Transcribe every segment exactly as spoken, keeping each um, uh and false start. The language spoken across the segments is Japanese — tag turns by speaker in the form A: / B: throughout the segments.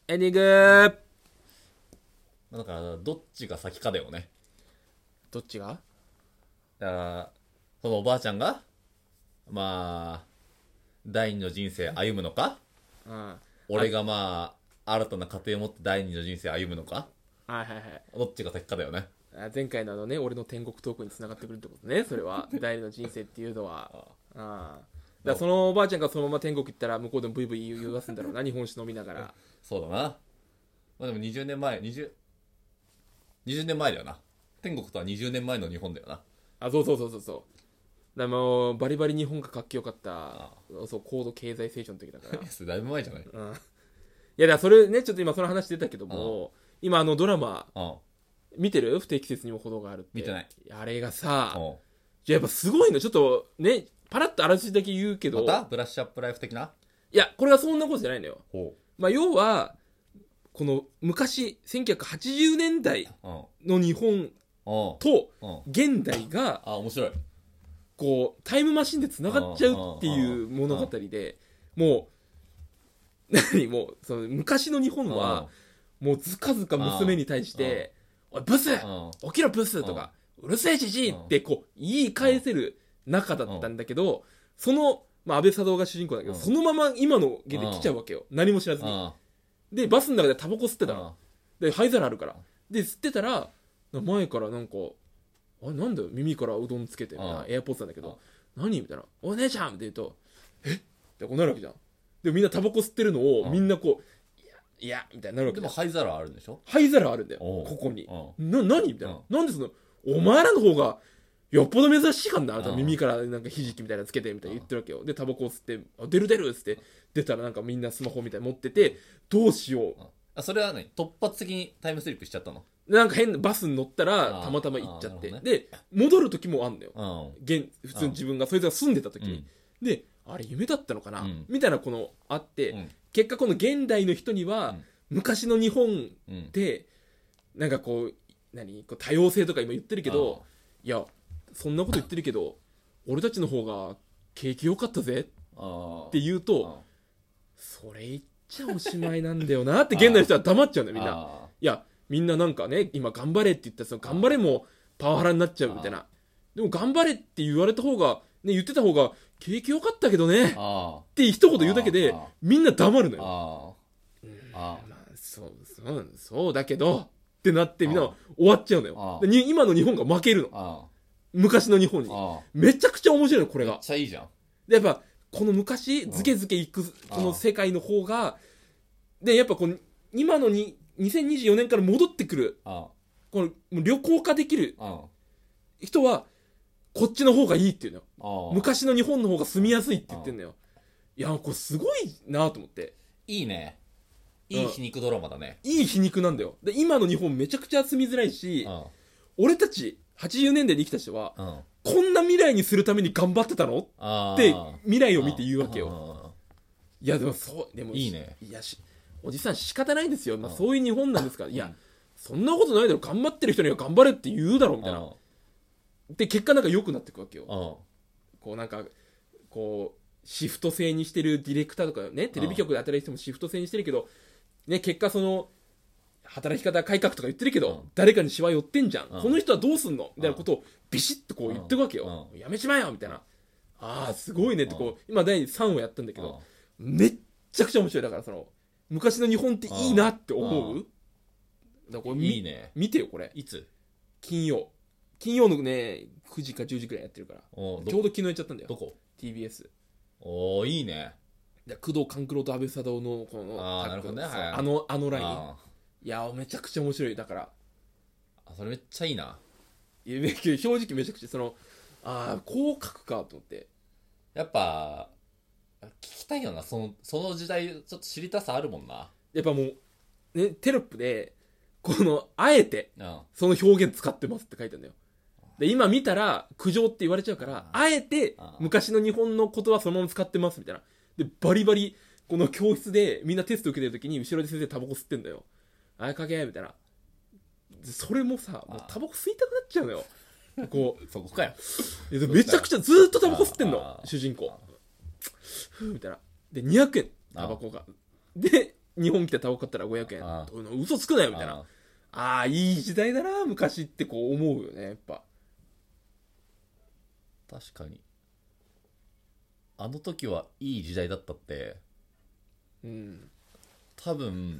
A: エンディング。
B: だからどっちが先かだよね。
A: どっちが？
B: だからそのおばあちゃんがまあ第二の人生歩むのか、
A: うん、
B: 俺がまあ新たな家庭を持って第二の人生歩むのか、
A: はいはいはい、
B: どっちが先かだよね。
A: 前回のあのね、俺の天国トークに繋がってくるってことね。それは第二の人生っていうのはああ、だからそのおばあちゃんがそのまま天国行ったら向こうでもブイブイ言わすんだろうな、日本酒飲みながら。
B: そうだな。まあでもにじゅうねんまえ、20、にじゅうねんまえだよな。天国とはにじゅうねんまえの日本だよな。
A: あ、そうそうそうそうそう。だからもうバリバリ日本が活気よかった。
B: あ
A: そう、高度経済成長の時だから。
B: それだいぶ前じゃない。
A: うん。いやだからそれね、ちょっと今その話出たけども、今あのドラマ
B: うん
A: 見てる？不適切にも程があるって。
B: 見てない。
A: あれがさ、
B: うん
A: じゃやっぱすごいの。ちょっとね、パラッとあらすじだけ言うけど、
B: またブラッシュアップライフ的な。
A: いやこれはそんなことじゃないのよ。
B: ほ
A: まあ要はこの昔せんきゅうひゃくはちじゅうねんだい
B: うん
A: の日本
B: うん
A: と
B: うん
A: 現代が
B: あ面白い。
A: こうタイムマシンでつながっちゃうっていう物語で、もう何もうその昔の日本はもうずかずか娘に対して「おいブス起きろブス!」とか「うるせえじじい!」ってこう言い返せる仲だったんだけど、そのまあ安倍佐藤が主人公だけど、そのまま今の現で来ちゃうわけよ、何も知らずに。でバスの中でタバコ吸ってたので、灰皿あるからで吸ってたら、前からなんか「あれなんだよ耳からうどんつけて」みたいなエアポッツなんだけど「何?」みたいな「お姉ちゃん!」って言うと「えっ?」ってこうなるわけじゃん。でみんなタバコ吸ってるのをみんなこう「いやいや」みたいになるわけじゃん。
B: でも灰皿あるんでしょ。
A: 灰皿あるんだよ
B: おう
A: ここに。
B: う
A: な何みたいな。なんでそのお前らの方がよっぽど珍しいかんな、
B: うん
A: 耳からなんかひじきみたいなのつけてみたいな言ってるわけよ。でタバコを吸って「あ出る出る」っつって出たらなんかみんなスマホみたいに持ってて、どうしよう。
B: あそれはね突発的にタイムスリップしちゃったの。
A: なんか変なバスに乗ったら
B: あ
A: たまたま行っちゃって、
B: あなるほどね
A: で戻る時もあんのよ。
B: うん
A: 現普通に自分がそいつが住んでた時に、であれ夢だったのかな、
B: うん
A: みたいなこのあって、
B: うん
A: 結果この現代の人には、
B: うん
A: 昔の日本
B: うん
A: でなんかこう何こう多様性とか今言ってるけど、いやそんなこと言ってるけど俺たちの方が景気良かったぜ
B: あ
A: って言うと、
B: あ
A: それ言っちゃおしまいなんだよなって現代の人は黙っちゃうんだよみんな。
B: あ
A: いやみんななんかね今頑張れって言ったらその頑張れもパワハラになっちゃうみたいな。でも頑張れって言われた方がね言ってた方が景気良かったけどね
B: あ
A: って一言言うだけで
B: ああ
A: みんな黙るのよ。
B: ああ
A: まあそうそうそうだけどってなってみん
B: あ
A: な終わっちゃうのよ
B: あ。
A: でに今の日本が負けるの、
B: あ
A: 昔の日本に。
B: あ
A: めちゃくちゃ面白いのこれ
B: めっ
A: が。
B: ちゃいいじゃん。
A: でやっぱこの昔ズケズケいくこの世界の方がでやっぱこの今のににせんにじゅうよねんから戻ってくる
B: あ
A: このもう旅行化できる
B: あ
A: 人はこっちの方がいいっていうのよ。
B: ああ
A: 昔の日本の方が住みやすいって言ってんのよ。いやこれすごいなと思って。
B: いいね。いい皮肉ドラマだね。
A: いい皮肉なんだよ。で今の日本めちゃくちゃ住みづらいし、
B: うん
A: 俺たちはちじゅうねんだいで生きた人は
B: うん
A: こんな未来にするために頑張ってたの
B: あ
A: って
B: あ
A: 未来を見て言うわけよ。
B: よ。
A: いやでもそうでも
B: いいね。
A: いやしおじさん仕方ないんですよ、まあ、
B: うん
A: そういう日本なんですから。いや
B: うん
A: そんなことないだろ、頑張ってる人には頑張れって言うだろみたいな。で結果なんか良くなっていくわけよ。
B: うん
A: こうなんかこうシフト制にしてるディレクターとかね、テレビ局で働いてもシフト制にしてるけどね、結果その働き方改革とか言ってるけど、
B: うん
A: 誰かにしわ寄ってんじゃん、
B: うん
A: この人はどうすんのみたいなことをビシッとこう言ってくわけよ、
B: う
A: やめちまえよみたいな。ああすごいねってこう今だいさんわやったんだけど、めっちゃくちゃ面白い。だからその昔の日本っていいなって思う。
B: うん
A: だからこれ
B: いいね。
A: 見てよこれ。
B: いつ
A: 金曜金曜のねくじかじゅうじくらいやってるから、
B: お
A: ちょうど昨日やっちゃったんだよ
B: どこ
A: ティービーエス。
B: おーいいね。
A: で工藤官九郎と安倍貞夫のこの
B: あー
A: タッグ
B: なるほどねはい
A: あのあのライン。
B: あ
A: いやめちゃくちゃ面白い。だから
B: あそれめっちゃいいな。
A: いや正直めちゃくちゃそのああこう書くかと思って。
B: やっぱ聞きたいよな。そのその時代ちょっと知りたさあるもんな。
A: やっぱもうねテロップでこのあえて
B: うん
A: その表現使ってますって書いてあるんだよ。で今見たら苦情って言われちゃうからあえて昔の日本の言葉そのまま使ってますみたいな。でバリバリこの教室でみんなテスト受けてる時に後ろで先生タバコ吸ってんだよ。あれかけみたいな。それもさもうタバコ吸いたくなっちゃうのよ。こう
B: そこかよ。
A: いやめちゃくちゃずーっとタバコ吸ってんの
B: あー
A: 主人公ふーみたいな。でにひゃくえんタバコがで日本来てタバコ買ったらごひゃくえん
B: あ
A: 嘘つくなよみたいな。
B: あ
A: ああーいい時代だな昔ってこう思うよねやっぱ。
B: 確かにあの時はいい時代だったって、
A: うん
B: 多分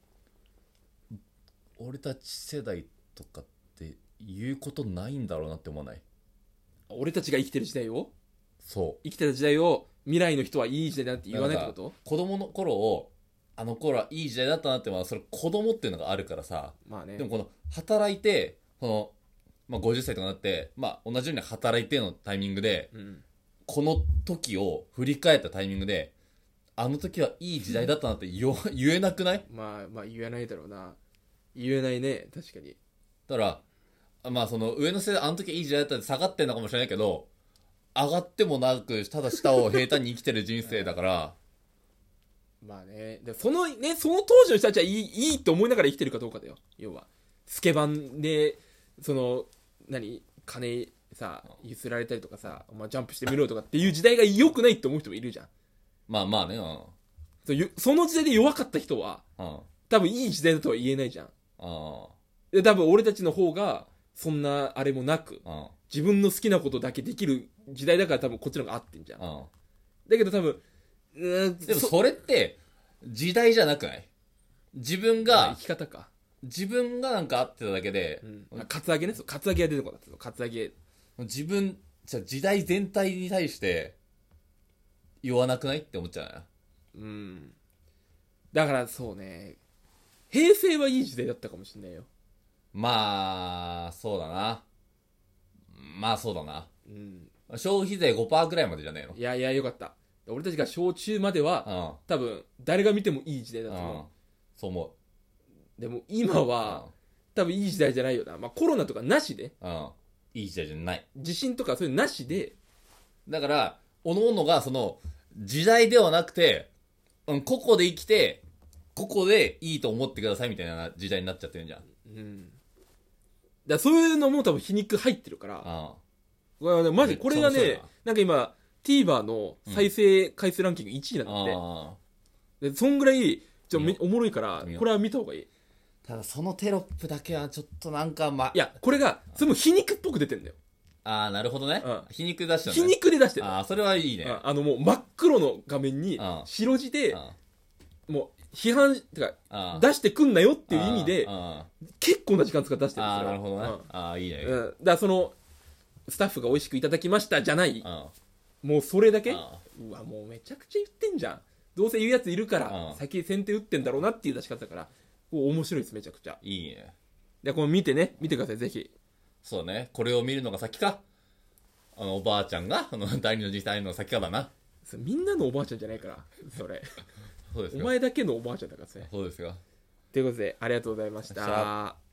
B: 俺たち世代とかって言うことないんだろうなって思わない？
A: 俺たちが生きてる時代を
B: そう
A: 生きてた時代を未来の人はいい時代だって言わないってこと？
B: 子供の頃をあの頃はいい時代だったなってのはそれ子供っていうのがあるからさ。
A: まあね。
B: でもこの働いてこの、まあ、ごじゅっさいとかになってまあ同じように働いてのタイミングで、
A: うん、
B: この時を振り返ったタイミングであの時はいい時代だったなって言言えなくない？
A: まあまあ言えないだろうな。言えないね確かに。
B: だからまあその上の世代あの時いい時代だったって下がってんのかもしれないけど上がってもなくただ下を平坦に生きてる人生だから
A: まあねでそのねその当時の人たちはいいいいと思いながら生きてるかどうかだよ。要はスケバンでその何金さゆすられたりとかさ、まあ、ジャンプしてみろとかっていう時代が良くないって思う人もいるじゃん。
B: まあまあねうん
A: そその時代で弱かった人は
B: うん
A: 多分いい時代だとは言えないじゃん。
B: あ
A: で多分俺たちの方がそんなあれもなく
B: あ
A: 自分の好きなことだけできる時代だから多分こっちの方が合ってんじゃん。
B: あ
A: だけど多分うーん
B: でもそれって時代じゃなくない？自分が
A: 生き方か。
B: 自分がなんか合ってただけで、
A: うん、カツアゲね。そうカツアゲが出てこなかった。カツアゲ
B: 自分じゃ時代全体に対して言わなくないって思っちゃうな。
A: うんだからそうね平成はいい時代だったかもしれないよ。
B: まあそうだなまあそうだな、
A: うん、
B: 消費税 ごパーセント ぐらいまでじゃねえの？
A: いやいやよかった。俺たちが小中までは、
B: うん、
A: 多分誰が見てもいい時代だと思う、
B: うん、そう思
A: でも今は、
B: う、
A: 多分いい時代じゃないよな、まあ、コロナとかなしで
B: うん、うん、いい時代じゃない。
A: 地震とかそういうのなしで
B: だから各々がその時代ではなくて、うん、個々で生きて個々でいいと思ってくださいみたいな時代になっちゃってるんじゃん。
A: うんだからそういうのも多分皮肉入ってるから
B: あ
A: これはねマジこれがね
B: めっちゃ面白いな
A: なんか今 TVer の再生回数ランキングいちいなんだって、
B: あ
A: でそんぐらいちょ
B: 見よ
A: おもろいから
B: 見よ
A: これは見た方がいい。
B: ただそのテロップだけはちょっとなんかま
A: いやこれがそれも皮肉っぽく出てんだよ。
B: ああなるほどね、
A: うん
B: 皮肉出したの
A: 皮
B: ね。
A: 肉で出してる。
B: ああそれはいいね。
A: ああのもう真っ黒の画面に
B: うん
A: 白字で
B: あ
A: もう批判てか
B: あ
A: 出してくんなよっていう意味で
B: あ
A: 結構な時間使って出してるんですよ。
B: あなるほどね、
A: うん
B: ああいいね、
A: うん、だからそのスタッフが美味しくいただきましたじゃない
B: あ
A: もうそれだけ
B: あ
A: うわもうめちゃくちゃ言ってんじゃんどうせ言うやついるから
B: うん
A: 先先手打ってんだろうなっていう出し方だからこう面白いですめちゃくちゃ。
B: いいね。
A: でこれ見てね見てくださいぜひ。
B: そうねこれを見るのが先かあのおばあちゃんがあの第二の時代の先かだな。
A: それみんなのおばあちゃんじゃないからそれ
B: そうですよ
A: お前だけのおばあちゃんだからですね。
B: そうですよ。
A: ということでありがとうございまし
B: ありがとうございま
A: た。